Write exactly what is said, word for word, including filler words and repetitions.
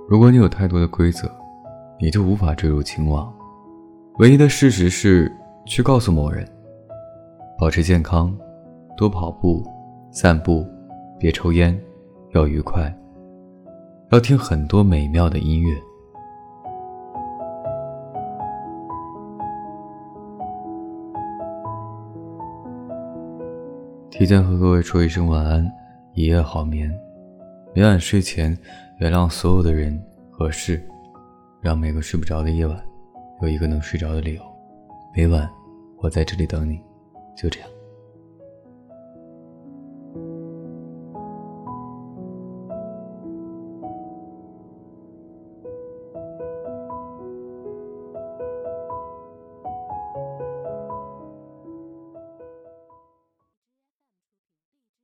如果你有太多的规则，你就无法坠入情网。唯一的事实是，去告诉某人，保持健康，多跑步、散步，别抽烟，要愉快，要听很多美妙的音乐。提前和各位说一声晚安，一夜好眠。每晚睡前原谅所有的人和事，让每个睡不着的夜晚有一个能睡着的理由。每晚我在这里等你，就这样。